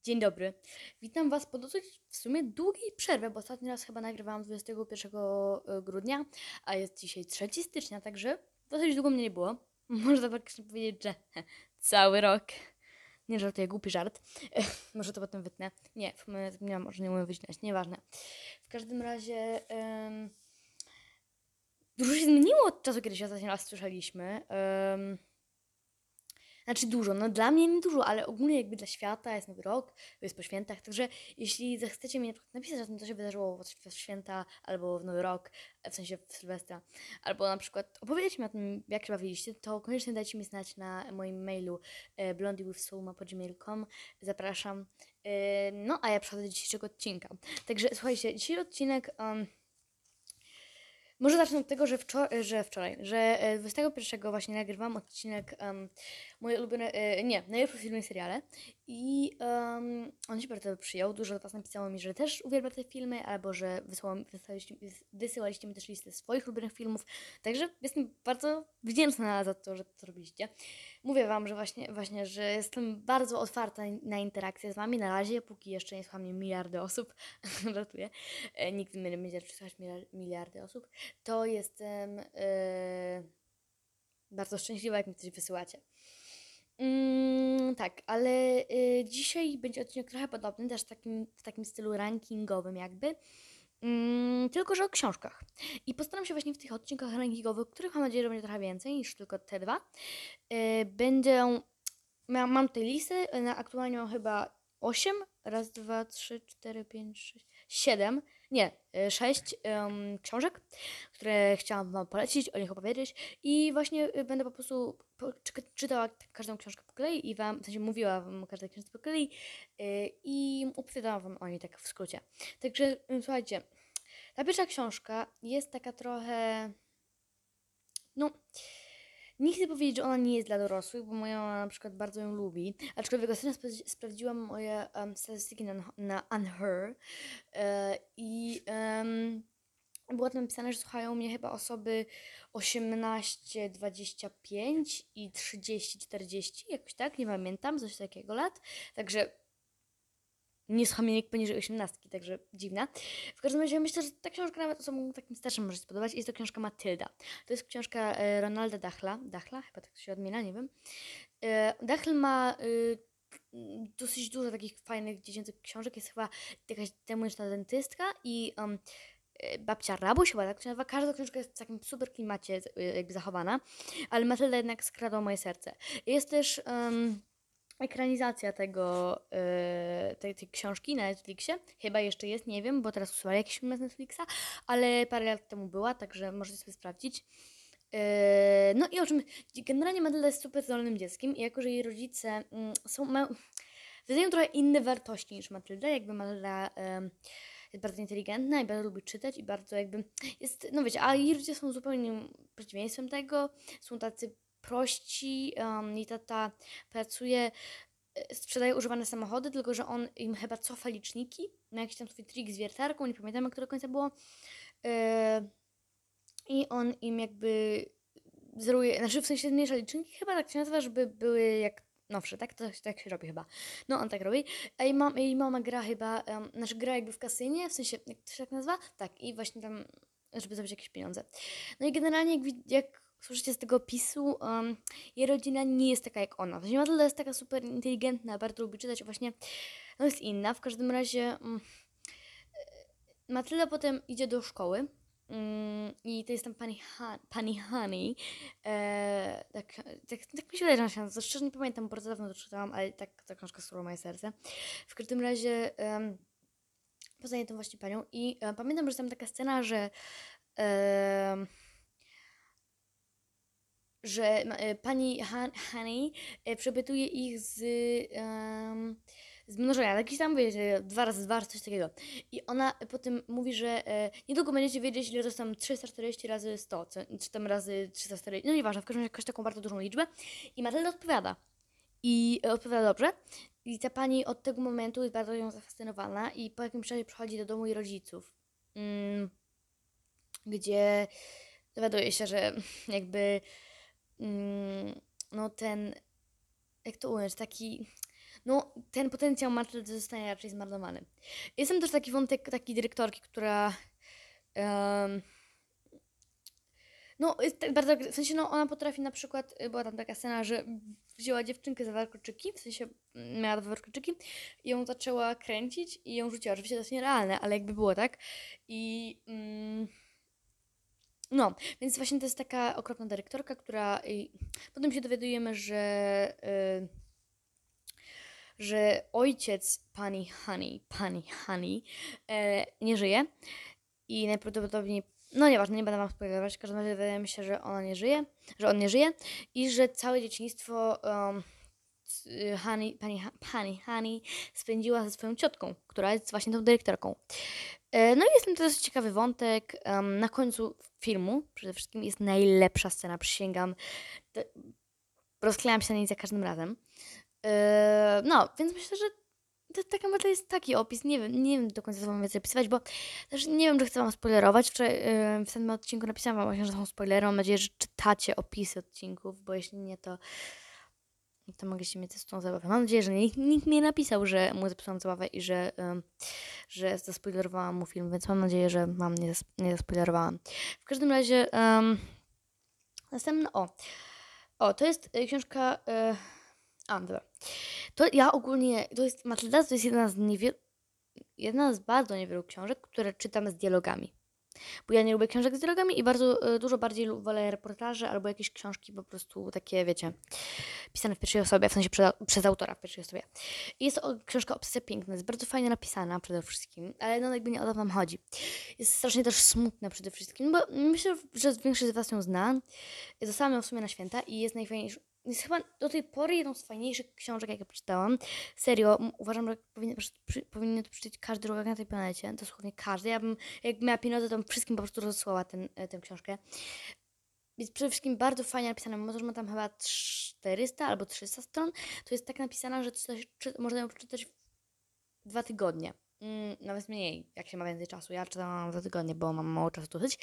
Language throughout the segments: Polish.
Dzień dobry. Witam Was po dosyć w sumie długiej przerwie, bo ostatni raz chyba nagrywałam 21 grudnia, a jest dzisiaj 3 stycznia, także dosyć długo mnie nie było. Można faktycznie powiedzieć, że cały rok. Nie żartuję, głupi żart. Może to potem wytnę. Nie, w sumie zapomniałam, może nie umiem wycinać, nieważne. W każdym razie dużo się zmieniło od czasu, kiedy się ostatni raz słyszeliśmy. Znaczy dużo, no dla mnie nie dużo, ale ogólnie jakby dla świata jest nowy rok, jest po świętach, także jeśli zechcecie mi na przykład napisać o tym, co się wydarzyło w święta albo w nowy rok, w sensie w Sylwestra, albo na przykład opowiedzieć mi o tym, jak się bawiliście, to koniecznie dajcie mi znać na moim mailu blondywithsoul@gmail.com. Zapraszam. No a ja przechodzę do dzisiejszego odcinka. Także słuchajcie, dzisiejszy odcinek... Może zacznę od tego, że 21 właśnie nagrywam odcinek moje ulubione, nie, najlepsze filmy i seriale i on się bardzo przyjął. Dużo z Was napisało mi, że też uwielbia te filmy, albo że wysyłaliście mi też listę swoich ulubionych filmów, także jestem bardzo wdzięczna za to, że to robiliście. Mówię Wam, że właśnie, że jestem bardzo otwarta na interakcję z Wami na razie, póki jeszcze nie słucha mnie miliardy osób, żartuję, nigdy mnie nie będzie słuchać miliardy osób, to jestem bardzo szczęśliwa, jak mi coś wysyłacie. Tak, ale dzisiaj będzie odcinek trochę podobny, też w takim stylu rankingowym jakby, tylko że o książkach. I postaram się właśnie w tych odcinkach rankingowych, których mam nadzieję, że będzie trochę więcej niż tylko te dwa, będę... Mam tutaj listę, aktualnie mam chyba 8, raz, dwa, trzy, cztery, pięć, sześć, 7, nie, 6 książek, które chciałam Wam polecić, o nich opowiedzieć i właśnie będę po prostu czytała każdą książkę po kolei i Wam, w sensie mówiła Wam o każdej książce po kolei i opowiadałam Wam o niej tak w skrócie. Także słuchajcie, ta pierwsza książka jest taka trochę, no... Nie chcę powiedzieć, że ona nie jest dla dorosłych, bo moja mama na przykład bardzo ją lubi. Aczkolwiek ostatnio sprawdziłam moje statystyki na Unher i było tam napisane, że słuchają mnie chyba osoby 18-25 i 30-40, jakoś tak, nie pamiętam, coś takiego lat. Także nie słucha mnie nikt poniżej 18, także dziwna. W każdym razie myślę, że ta książka nawet osobom takim starszym może się spodobać. Jest to książka Matylda. To jest książka Ronalda Dachla. Dachla? Chyba tak to się odmienia, nie wiem. Dachl ma dosyć dużo takich fajnych dziecięcych książek. Jest chyba jakaś demoniczna dentystka i Babcia Rabuś, chyba tak to się nazywa. Każda książka jest w takim super klimacie jakby zachowana, ale Matylda jednak skradła moje serce. Jest też ekranizacja tej książki na Netflixie. Chyba jeszcze jest, nie wiem, bo teraz usuwali jakiś film z Netflixa, ale parę lat temu była, także możecie sobie sprawdzić. No i o czym... Generalnie Matylda jest super zdolnym dzieckiem i jako, że jej rodzice wydają trochę inne wartości niż Matylda, jakby Matylda jest bardzo inteligentna i bardzo lubi czytać i bardzo jakby jest, no wiecie, a jej rodzice są zupełnie przeciwieństwem tego, są tacy prości, jej tata pracuje, sprzedaje używane samochody, tylko że on im chyba cofa liczniki, ma jakiś tam swój trik z wiertarką, nie pamiętam jak to do końca było, i on im jakby zeruje, znaczy w sensie zmniejsza liczniki, chyba tak się nazywa, żeby były jak nowsze, tak? To tak się robi chyba. No, on tak robi. A jej mama gra chyba, znaczy gra jakby w kasynie, w sensie, jak to się tak nazywa? Tak, i właśnie tam, żeby zarobić jakieś pieniądze. No i generalnie jak słyszycie z tego opisu, jej rodzina nie jest taka jak ona. Właśnie Matylda jest taka super inteligentna, bardzo lubi czytać, właśnie no jest inna. W każdym razie Matylda potem idzie do szkoły. I to jest tam pani Honey. Tak mi się wydaje, że ona się nazywa. Szczerze nie pamiętam, bardzo dawno to czytałam, ale tak ta książka sturła moje serce. W każdym razie poznaję tą właśnie panią i pamiętam, że tam taka scena, że pani Honey przepytuje ich z mnożenia, jakiś tam, wiecie, 2 razy 2, coś takiego. I ona potem mówi, że niedługo będziecie wiedzieć, ile to jest tam 340 razy 100, czy tam razy 340, no nieważne, w każdym razie jakąś taką bardzo dużą liczbę. I Matylda odpowiada. I odpowiada dobrze. I ta pani od tego momentu jest bardzo ją zafascynowana i po jakimś czasie przychodzi do domu jej rodziców, gdzie dowiaduje się, że jakby no ten, jak to ująć, taki, no ten potencjał Matyldy zostanie raczej zmarnowany. Jestem też taki wątek takiej dyrektorki, która no, jest tak bardzo, w sensie, no, ona potrafi na przykład, była tam taka scena, że wzięła dziewczynkę za warkoczyki, w sensie miała dwa warkoczyki i ją zaczęła kręcić i ją rzuciła. Oczywiście to jest nierealne, ale jakby było, tak? I no, więc właśnie to jest taka okropna dyrektorka, która potem się dowiadujemy, że ojciec pani Honey nie żyje i najprawdopodobniej, no nieważne, nie będę wam spoilerować, w każdym razie wydaje mi się, że ona nie żyje, że on nie żyje i że całe dzieciństwo pani Honey spędziła ze swoją ciotką, która jest właśnie tą dyrektorką. No i jest to dosyć ciekawy wątek. Na końcu filmu przede wszystkim jest najlepsza scena, przysięgam. Rozklejam się na niej za każdym razem. No, więc myślę, że to tak naprawdę jest taki opis. Nie wiem do końca, co wam więcej opisywać, bo też nie wiem, czy chcę wam spoilerować. Wczoraj w tym odcinku napisałam wam właśnie, że są spoilery. Mam nadzieję, że czytacie opisy odcinków, bo jeśli nie, to mogliście mieć zepsutą zabawę. Mam nadzieję, że nikt mi nie napisał, że mu zepsułam zabawę i że zaspoilerowałam mu film, więc mam nadzieję, że nie zaspoilerowałam. W każdym razie następna, to jest książka, dobra. To ja ogólnie, to jest Matylda, to jest jedna z bardzo niewielu książek, które czytam z dialogami. Bo ja nie lubię książek z dialogami i bardzo dużo bardziej wolę reportaże albo jakieś książki po prostu takie, wiecie, pisane w pierwszej osobie, w sensie przez autora w pierwszej osobie. I jest to książka Obsesja Piękna, jest bardzo fajnie napisana przede wszystkim, ale no jakby nie o to nam chodzi. Jest strasznie też smutna przede wszystkim, bo myślę, że większość z was ją zna. Dostałam ją w sumie na święta i jest najfajniejsza. Jest chyba do tej pory jedną z fajniejszych książek, jakie przeczytałam. Serio, uważam, że powinien to przeczytać każdy człowiek na tej planecie. Dosłownie każdy. Ja bym, jak miała pieniądze, to bym wszystkim po prostu rozesłała tę książkę. Jest przede wszystkim bardzo fajnie napisana. Mimo to, że ma tam chyba 400 albo 300 stron, to jest tak napisana, że można ją przeczytać w 2 tygodnie. Nawet mniej, jak się ma więcej czasu. Ja czytałam 2 tygodnie, bo mam mało czasu dosyć.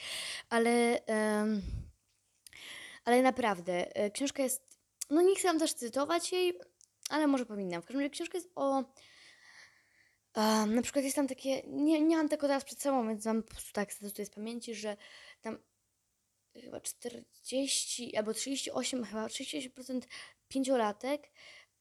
Ale naprawdę, książka jest. No nie chcę wam też cytować jej, ale może powinnam. W każdym razie książka jest na przykład jest tam takie. Nie mam tego teraz przed sobą, więc wam po prostu tak zacytuję z pamięci, że tam chyba 40 albo 38, chyba 38% pięciolatek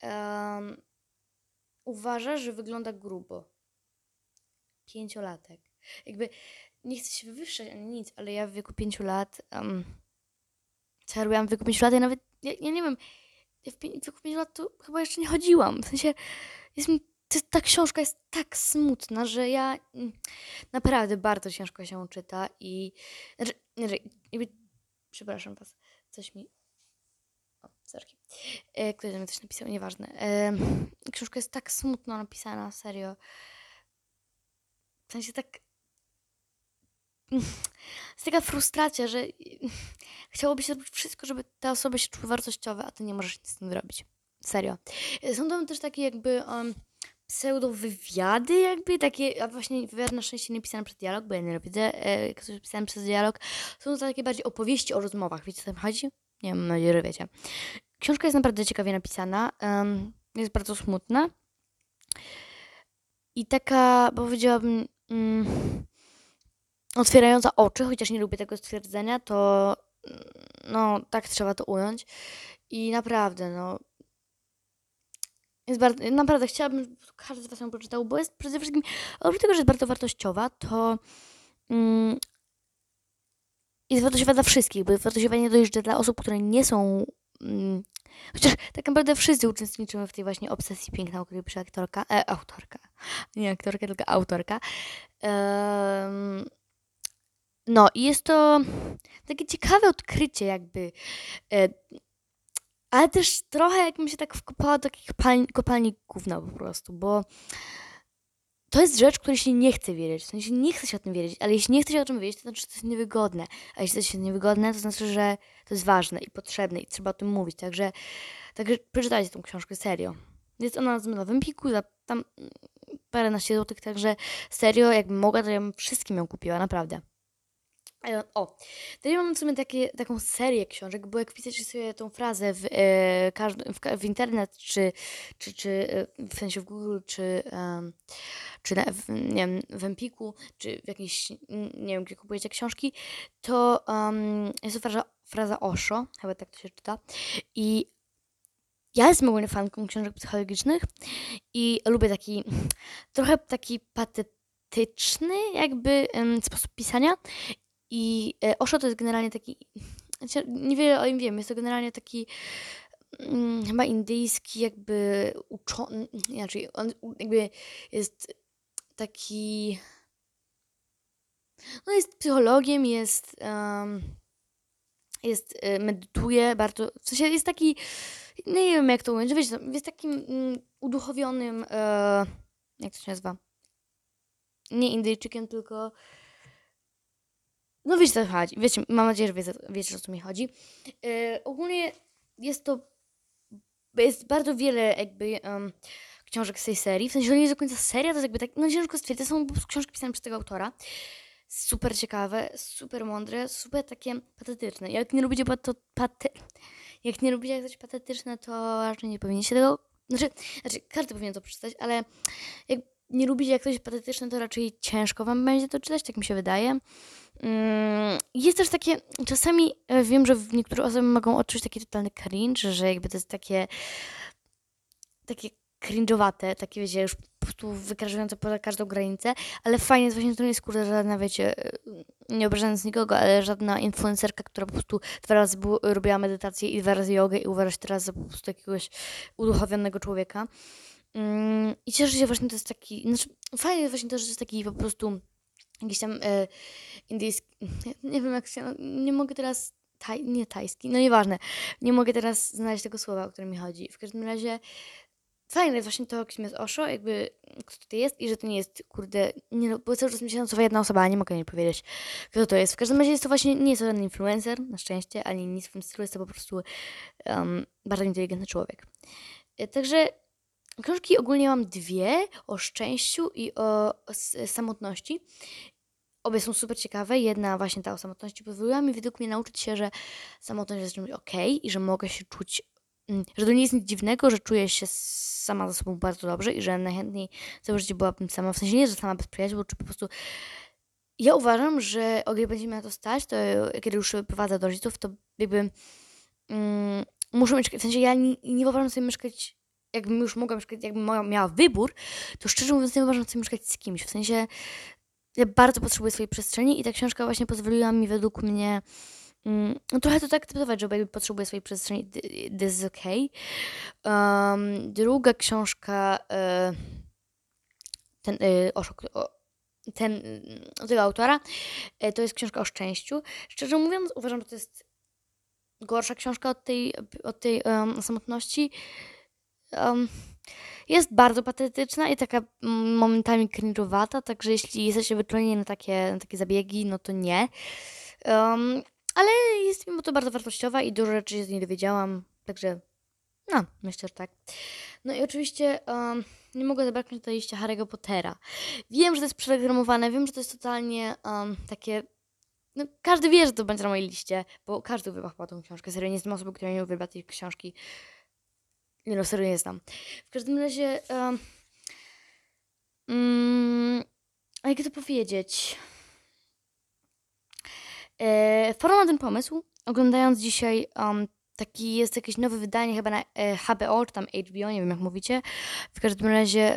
uważa, że wygląda grubo. Pięciolatek. Jakby nie chcę się wywyższać ani nic, ale ja w wieku 5 lat. Co ja robiłam w wieku 5 lat? Ja nawet. Ja nie wiem. Ja w wieku 5 lat to chyba jeszcze nie chodziłam. W sensie ta książka jest tak smutna, że ja naprawdę bardzo ciężko się czyta i przepraszam was, coś mi sorki. Ktoś do mnie coś napisał, nieważne. Książka jest tak smutno napisana, serio. W sensie tak jest taka frustracja, że chciałoby się zrobić wszystko, żeby te osoby się czuły wartościowe, a ty nie możesz nic z tym zrobić. Serio. Są tam też takie jakby pseudo-wywiady jakby, takie, a właśnie wywiad na szczęście nie pisane przez dialog, bo ja nie widzę, jak coś pisane przez dialog. Są to takie bardziej opowieści o rozmowach. Wiecie, o co tam chodzi? Nie mam nadzieję, że wiecie. Książka jest naprawdę ciekawie napisana. Jest bardzo smutna. I taka, powiedziałabym, otwierająca oczy, chociaż nie lubię tego stwierdzenia, to no tak trzeba to ująć. I naprawdę, no jest bardzo, naprawdę chciałabym, żeby każdy z was ją przeczytał, bo jest przede wszystkim, oprócz tego, że jest bardzo wartościowa, to jest wartościowa dla wszystkich, bo jest wartościowa nie dość, że dla osób, które nie są chociaż tak naprawdę wszyscy uczestniczymy w tej właśnie obsesji piękna, o której pisze autorka. Nie aktorka, tylko autorka. No i jest to takie ciekawe odkrycie jakby, ale też trochę jakbym się tak wkopała do takich kopalni gówna po prostu, bo to jest rzecz, której się nie chce wiedzieć. W sensie nie chce się o tym wiedzieć, ale jeśli nie chce się o tym wiedzieć, to znaczy, że to jest niewygodne. A jeśli to jest niewygodne, to znaczy, że to jest ważne i potrzebne i trzeba o tym mówić. Także przeczytajcie tą książkę, serio. Jest ona na Nowym Piku za tam paręnaście złotych, także serio, jakbym mogła, to ja bym wszystkim ją kupiła, naprawdę. To ja mam w sumie taką serię książek, bo jak wpiszecie sobie tą frazę w internet, czy w sensie w Google, nie wiem, w Empiku, czy w jakiejś, nie wiem, gdzie kupujecie książki, to jest to fraza Osho, chyba tak to się czyta. I ja jestem ogólnie fanką książek psychologicznych i lubię trochę taki patetyczny jakby sposób pisania. I Osho to jest generalnie znaczy, niewiele o nim wiem, jest to generalnie taki chyba indyjski jakby uczony, inaczej, on jakby jest taki, no jest psychologiem, medytuje bardzo, w sensie jest taki, nie wiem jak to ująć, wiecie, jest takim uduchowionym, jak to się nazywa, nie Indyjczykiem, tylko no wiecie, co chodzi. Wiecie, mam nadzieję, że wiecie, o co mi chodzi. Ogólnie jest bardzo wiele jakby książek z tej serii. W sensie, że nie jest do końca seria, to jest jakby tak, no ciężko stwierdzić, to są po prostu książki pisane przez tego autora. Super ciekawe, super mądre, super takie patetyczne. Jak nie lubicie jak coś patetyczne, to raczej nie powinniście tego, znaczy każdy powinien to przeczytać, ale jak nie lubicie jak coś patetyczne, to raczej ciężko wam będzie to czytać, tak mi się wydaje. Jest też takie, czasami wiem, że niektóre osoby mogą odczuć taki totalny cringe, że jakby to jest takie cringe'owate, takie wiecie, już po prostu wykraczające poza każdą granicę, ale fajnie jest właśnie, to nie jest kurde żadna, wiecie, nie obrażając nikogo, ale żadna influencerka, która po prostu 2 razy robiła medytację i 2 razy jogę i uważa się teraz za po prostu jakiegoś uduchowionego człowieka. I cieszę się właśnie, to jest taki, znaczy fajnie jest właśnie to, że to jest taki po prostu jakiś tam indyjski, nie wiem jak się, nie mogę teraz, nie tajski, no nieważne, nie mogę teraz znaleźć tego słowa, o którym mi chodzi. W każdym razie fajne jest właśnie to, kim jest Osho, jakby kto to jest i że to nie jest, kurde, nie no, bo cały czas mi się nasuwa jedna osoba, a nie mogę nie powiedzieć, kto to jest. W każdym razie jest to właśnie, nie jest to żaden influencer, na szczęście, ani nic w tym stylu, jest to po prostu bardzo inteligentny człowiek. Także książki ogólnie mam 2, o szczęściu i o samotności. Obie są super ciekawe. Jedna właśnie ta o samotności pozwoliła mi według mnie nauczyć się, że samotność jest czymś okej i że mogę się czuć, że to nie jest nic dziwnego, że czuję się sama ze sobą bardzo dobrze i że najchętniej całe życie byłabym sama, w sensie nie, że sama bez przyjaciół, czy po prostu ja uważam, że o ile będzie mi na to stać, to kiedy już się wyprowadzę do rodziców, to jakby muszę mieszkać, w sensie ja nie wyobrażam sobie mieszkać, jakbym już mogła mieszkać, jakbym miała wybór, to szczerze mówiąc nie wyobrażam sobie mieszkać z kimś, w sensie ja bardzo potrzebuję swojej przestrzeni i ta książka właśnie pozwoliła mi według mnie no trochę to tak akceptować, że jakby potrzebuję swojej przestrzeni, this is okay. Druga książka ten tego autora to jest książka o szczęściu. Szczerze mówiąc uważam, że to jest gorsza książka od tej samotności. Jest bardzo patetyczna i taka momentami cringe'owata, także jeśli jesteście wyczuleni na takie zabiegi, no to nie. Ale jest mimo to bardzo wartościowa i dużo rzeczy się z niej dowiedziałam, także no, myślę, że tak. No i oczywiście nie mogę zabraknąć tutaj liście Harry'ego Pottera. Wiem, że to jest przereklamowane, wiem, że to jest totalnie takie... No, każdy wie, że to będzie na mojej liście, bo każdy uwielbia chyba tą książkę. Serio, nie znam osoby, która nie uwielbia tej książki. Nie no, serio nie znam. W każdym razie... a jak to powiedzieć? Wpadłam na ten pomysł, oglądając dzisiaj jest jakieś nowe wydanie chyba na HBO, czy tam HBO, nie wiem jak mówicie. W każdym razie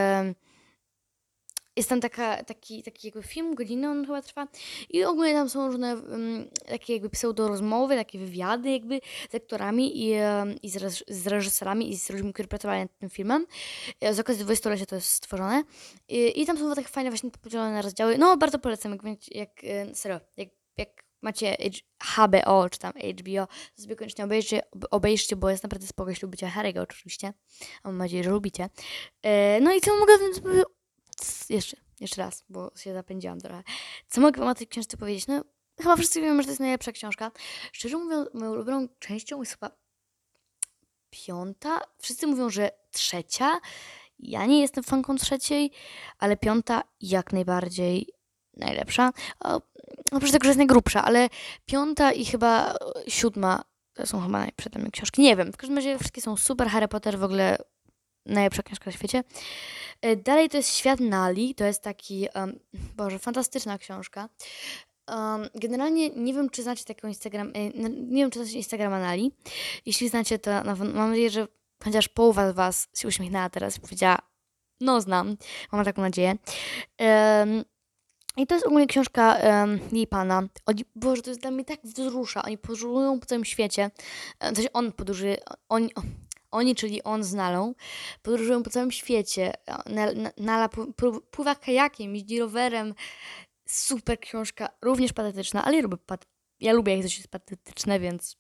jest tam taki jakby film, godzinę on chyba trwa i ogólnie tam są różne takie jakby pseudo-rozmowy, takie wywiady jakby z aktorami i z reżyserami i z ludźmi, którzy pracowali nad tym filmem. Z okazji 20-lecia to jest stworzone. I tam są takie fajne właśnie podzielone na rozdziały. No bardzo polecam, serio, jak macie HBO czy tam HBO, to sobie koniecznie obejrzcie, bo jest naprawdę spoko, jeśli lubicie Harry'ego oczywiście. A mam nadzieję, że lubicie. No i co mogę jeszcze raz, bo się zapędziłam trochę. Co mogę wam o tej książce powiedzieć? No, chyba wszyscy wiemy, że to jest najlepsza książka. Szczerze mówiąc, moją ulubioną częścią jest chyba 5. Wszyscy mówią, że 3. Ja nie jestem fanką 3, ale 5 jak najbardziej najlepsza. oprócz tego, że jest najgrubsza, ale 5. i chyba 7. to są chyba najlepsze tam książki. Nie wiem, w każdym razie wszystkie są super. Harry Potter w ogóle najlepsza książka na świecie. Dalej to jest Świat Nali, to jest taki, Boże, fantastyczna książka. Generalnie nie wiem, czy znacie takiego nie wiem, czy znacie Instagrama Nali. Jeśli znacie, to mam nadzieję, że chociaż połowa z was się uśmiechnęła teraz i powiedziała, no znam, mam taką nadzieję. I to jest ogólnie książka jej pana. Boże, to jest dla mnie tak wzrusza. Oni podróżują po całym świecie. W sensie on podróżuje, oni, czyli on z Nalą, podróżują po całym świecie. Nala pływa kajakiem, jeździ rowerem. Super książka, również patetyczna, ale ja lubię jak coś jest patetyczne, więc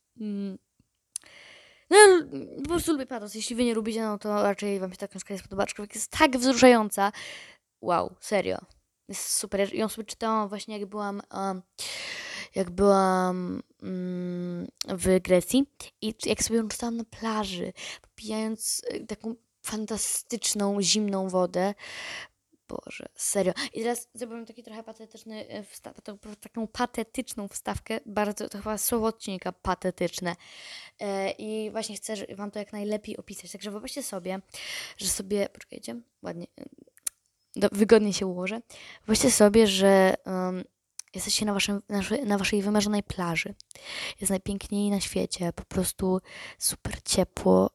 no ja po prostu lubię patos. Jeśli wy nie lubicie, no to raczej wam się ta książka nie spodoba, aczkolwiek jest tak wzruszająca. Wow, serio. Jest super. Ja ją sobie czytałam właśnie jak byłam w Grecji i jak sobie ją czytałam na plaży, popijając taką fantastyczną, zimną wodę. Boże, serio. I teraz zrobiłem taki trochę patetyczny, taką patetyczną wstawkę, bardzo, to chyba słowo odcinka, patetyczne. I właśnie chcę wam to jak najlepiej opisać. Także wyobraźcie sobie, że sobie, poczekajcie, ładnie, wygodnie się ułożę. Wyobraźcie sobie, że jesteście na waszej wymarzonej plaży. Jest najpiękniej na świecie, po prostu super ciepło.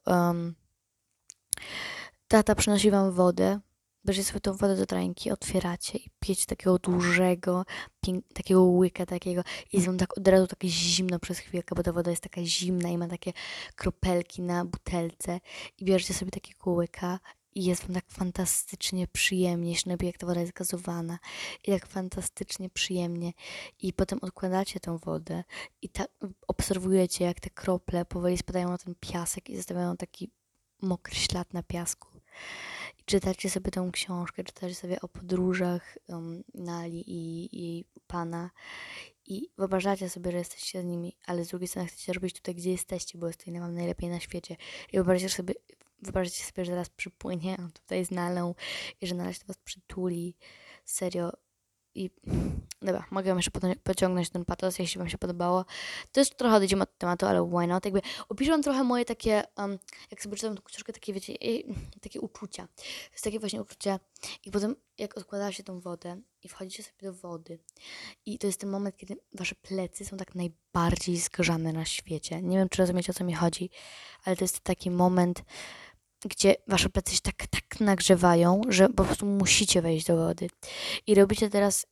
Tata przynosi wam wodę. Bierzecie sobie tą wodę do trańki, otwieracie i pijecie takiego dużego, takiego łyka takiego i jest wam tak od razu takie zimno przez chwilkę, bo ta woda jest taka zimna i ma takie kropelki na butelce i bierzecie sobie takiego łyka i jest wam tak fantastycznie przyjemnie, lepiej jak ta woda jest gazowana i tak fantastycznie przyjemnie i potem odkładacie tą wodę i tak obserwujecie, jak te krople powoli spadają na ten piasek i zostawiają taki mokry ślad na piasku. I czytacie sobie tą książkę, czytacie sobie o podróżach Nali i jej pana i wyobrażacie sobie, że jesteście z nimi, ale z drugiej strony chcecie robić tutaj, gdzie jesteście, bo jest tutaj wam najlepiej na świecie. I wyobrażacie sobie, że zaraz przypłynie on tutaj z Nalą i że Nala się do was przytuli. Serio. I dobra, mogę wam jeszcze pociągnąć ten patos, jeśli wam się podobało. To jest trochę odejdziemy od tematu, ale why not? Jakby opiszę wam trochę moje takie, jak sobie czytam tą książkę, takie wiecie, takie uczucia. To jest takie właśnie uczucie. I potem jak odkłada się tą wodę i wchodzicie sobie do wody i to jest ten moment, kiedy wasze plecy są tak najbardziej zgrzane na świecie. Nie wiem, czy rozumiecie, o co mi chodzi, ale to jest taki moment, gdzie wasze plecy się tak nagrzewają, że po prostu musicie wejść do wody. I robicie teraz,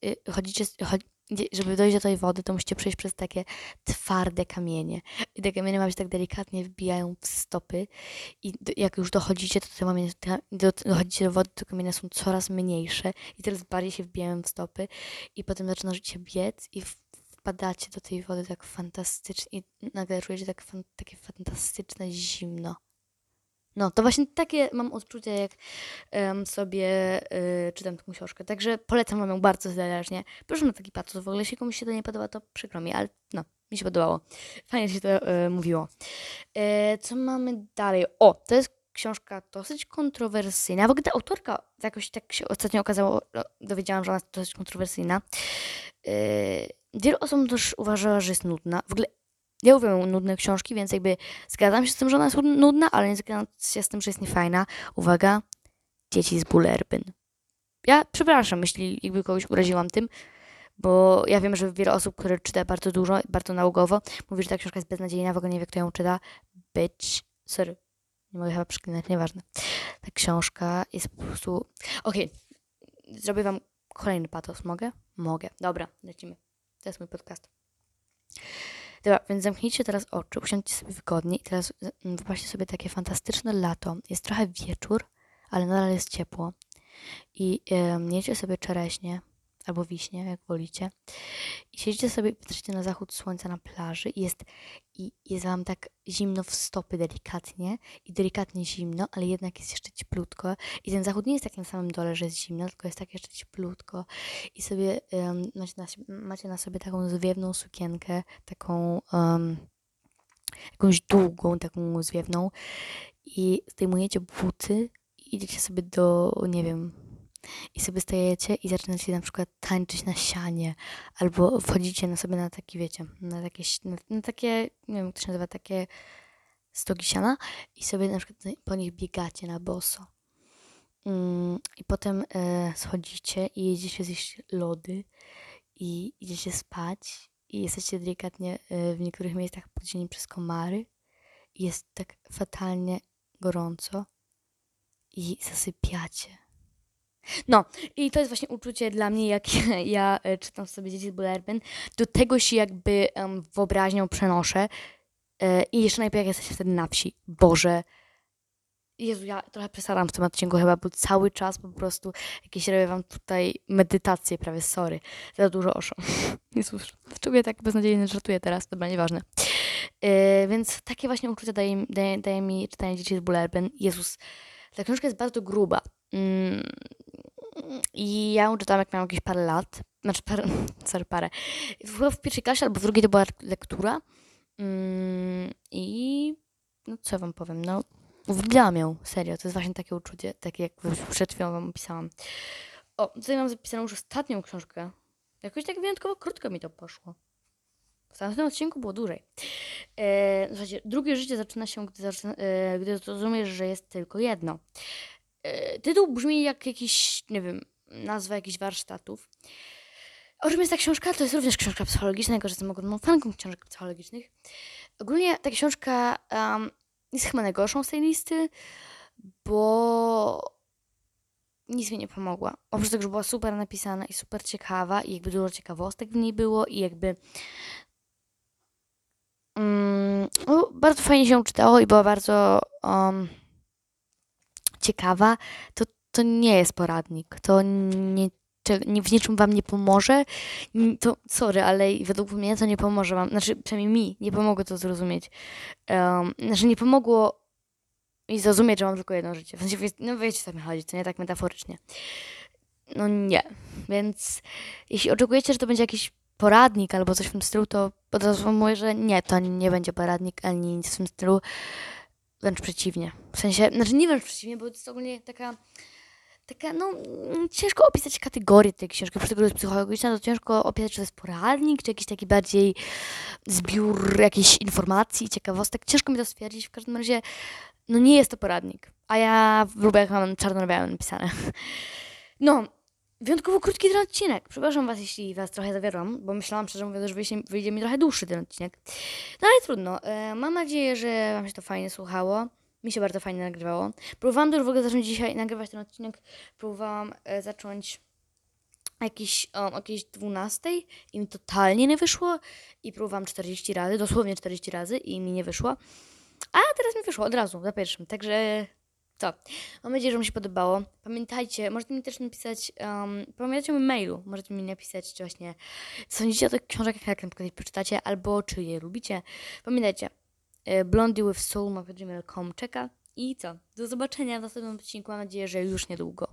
żeby dojść do tej wody, to musicie przejść przez takie twarde kamienie. I te kamienie wam się tak delikatnie wbijają w stopy. I jak już dochodzicie, to dochodzicie do wody, to kamienie są coraz mniejsze i coraz bardziej się wbijają w stopy. I potem zaczynacie biec i wpadacie do tej wody tak fantastycznie i nagle czujecie takie fantastyczne zimno. No, to właśnie takie mam odczucia, jak sobie czytam tę książkę. Także polecam wam ją bardzo serdecznie. Proszę na taki patos. W ogóle jeśli komuś się to nie podoba, to przykro mi, ale no, mi się podobało. Fajnie się to mówiło. Co mamy dalej? O, to jest książka dosyć kontrowersyjna. W ogóle ta autorka jakoś tak się ostatnio okazało, dowiedziałam, że ona jest dosyć kontrowersyjna. Wielu osób też uważała, że jest nudna. W ogóle ja uwielbiam nudne książki, więc jakby zgadzam się z tym, że ona jest nudna, ale nie zgadzam się z tym, że jest niefajna. Uwaga, Dzieci z Bullerbyn. Ja przepraszam, jeśli jakby kogoś uraziłam tym, bo ja wiem, że wiele osób, które czyta bardzo dużo, bardzo nałogowo, mówi, że ta książka jest beznadziejna, w ogóle nie wie, kto ją czyta. Bitch. Sorry. Nie mogę chyba przeklinać, nieważne. Ta książka jest po prostu... Okej. Zrobię wam kolejny patos. Mogę? Mogę. Dobra, lecimy. To jest mój podcast. Dobra, więc zamknijcie teraz oczy, usiądźcie sobie wygodnie i teraz wyobraźcie sobie takie fantastyczne lato. Jest trochę wieczór, ale nadal jest ciepło. I jecie sobie czereśnie albo wiśnie, jak wolicie. I siedzicie sobie, patrzycie na zachód słońca na plaży i jest wam tak zimno w stopy delikatnie i delikatnie zimno, ale jednak jest jeszcze cieplutko. I ten zachód nie jest tak na samym dole, że jest zimno, tylko jest tak jeszcze cieplutko. I sobie macie na sobie taką zwiewną sukienkę, taką jakąś długą, taką zwiewną i zdejmujecie buty i idziecie sobie do, nie wiem, i sobie stajecie i zaczynacie na przykład tańczyć na sianie, albo wchodzicie na sobie na taki, wiecie, na takie, nie wiem jak to się nazywa, takie stogi siana i sobie na przykład po nich biegacie na boso. I potem schodzicie i jedziecie zjeść lody i idziecie spać i jesteście delikatnie w niektórych miejscach podzieleni przez komary i jest tak fatalnie gorąco i zasypiacie. No, i to jest właśnie uczucie dla mnie, jak ja czytam sobie Dzieci z Bullerbyn. Do tego się jakby wyobraźnią przenoszę. I jeszcze najpierw jak jesteście wtedy na wsi. Boże. Jezu, ja trochę przesadam w tym odcinku chyba, bo cały czas po prostu jakieś robię wam tutaj medytację prawie, sorry. Za dużo oszą. Jezus, dlaczego ja tak beznadziejnie żartuję teraz? Dobra, nieważne. Więc takie właśnie uczucia daje mi czytanie Dzieci z Bullerbyn. Jezus, ta książka jest bardzo gruba. I ja ją czytałam jak miałam jakieś parę lat. Znaczy parę. Chyba w pierwszej klasie albo w drugiej to była lektura. I no co wam powiem, no uwielbiałam ją, serio. To jest właśnie takie uczucie, takie jak przed chwilą wam opisałam. O, tutaj mam zapisaną już ostatnią książkę. Jakoś tak wyjątkowo krótko mi to poszło. W tamtym odcinku było dłużej. Słuchajcie, drugie życie zaczyna się, gdy zrozumiesz, że jest tylko jedno. Tytuł brzmi jak jakiś, nie wiem, nazwa jakichś warsztatów. O czym jest ta książka? To jest również książka psychologiczna, jako że jestem ogromną fanką książek psychologicznych. Ogólnie ta książka jest chyba najgorszą z tej listy, bo nic mi nie pomogła. Oprócz tego, że była super napisana i super ciekawa i jakby dużo ciekawostek w niej było i jakby bardzo fajnie się czytało i była bardzo ciekawa, to nie jest poradnik. To w niczym wam nie pomoże. To sorry, ale według mnie to nie pomoże wam. Znaczy, przynajmniej mi nie pomogło to zrozumieć. Znaczy, nie pomogło mi zrozumieć, że mam tylko jedno życie. W sensie, no wiecie, co mi chodzi, to nie tak metaforycznie. No nie. Więc jeśli oczekujecie, że to będzie jakiś poradnik albo coś w tym stylu, to od razu wam mówię, że nie, to nie będzie poradnik ani nic w tym stylu. Wręcz przeciwnie. W sensie, znaczy nie wręcz przeciwnie, bo to jest ogólnie taka, no, ciężko opisać kategorię tej książki. Oprócz tego, że jest psychologiczna, to ciężko opisać, czy to jest poradnik, czy jakiś taki bardziej zbiór jakichś informacji, ciekawostek. Ciężko mi to stwierdzić. W każdym razie, no nie jest to poradnik. A ja lubię, jak mam czarno-białe napisane. No, wyjątkowo krótki ten odcinek. Przepraszam was, jeśli was trochę zawiodłam, bo myślałam szczerze mówiąc, że wyjdzie mi trochę dłuższy ten odcinek. No ale trudno. Mam nadzieję, że wam się to fajnie słuchało. Mi się bardzo fajnie nagrywało. Próbowałam też w ogóle zacząć dzisiaj nagrywać ten odcinek. Próbowałam zacząć jakieś 12 i mi totalnie nie wyszło. I próbowałam 40 razy, dosłownie 40 razy i mi nie wyszło. A teraz mi wyszło od razu, za pierwszym. Także co? Mam nadzieję, że mi się podobało. Pamiętajcie, możecie mi też napisać, pamiętajcie o moim mailu. Możecie mi napisać, czy właśnie sądzicie o tych książkach, jak na przykład je przeczytacie, albo czy je lubicie. Pamiętajcie, blondiewithsoul@gmail.com czeka. I co? Do zobaczenia w następnym odcinku. Mam nadzieję, że już niedługo.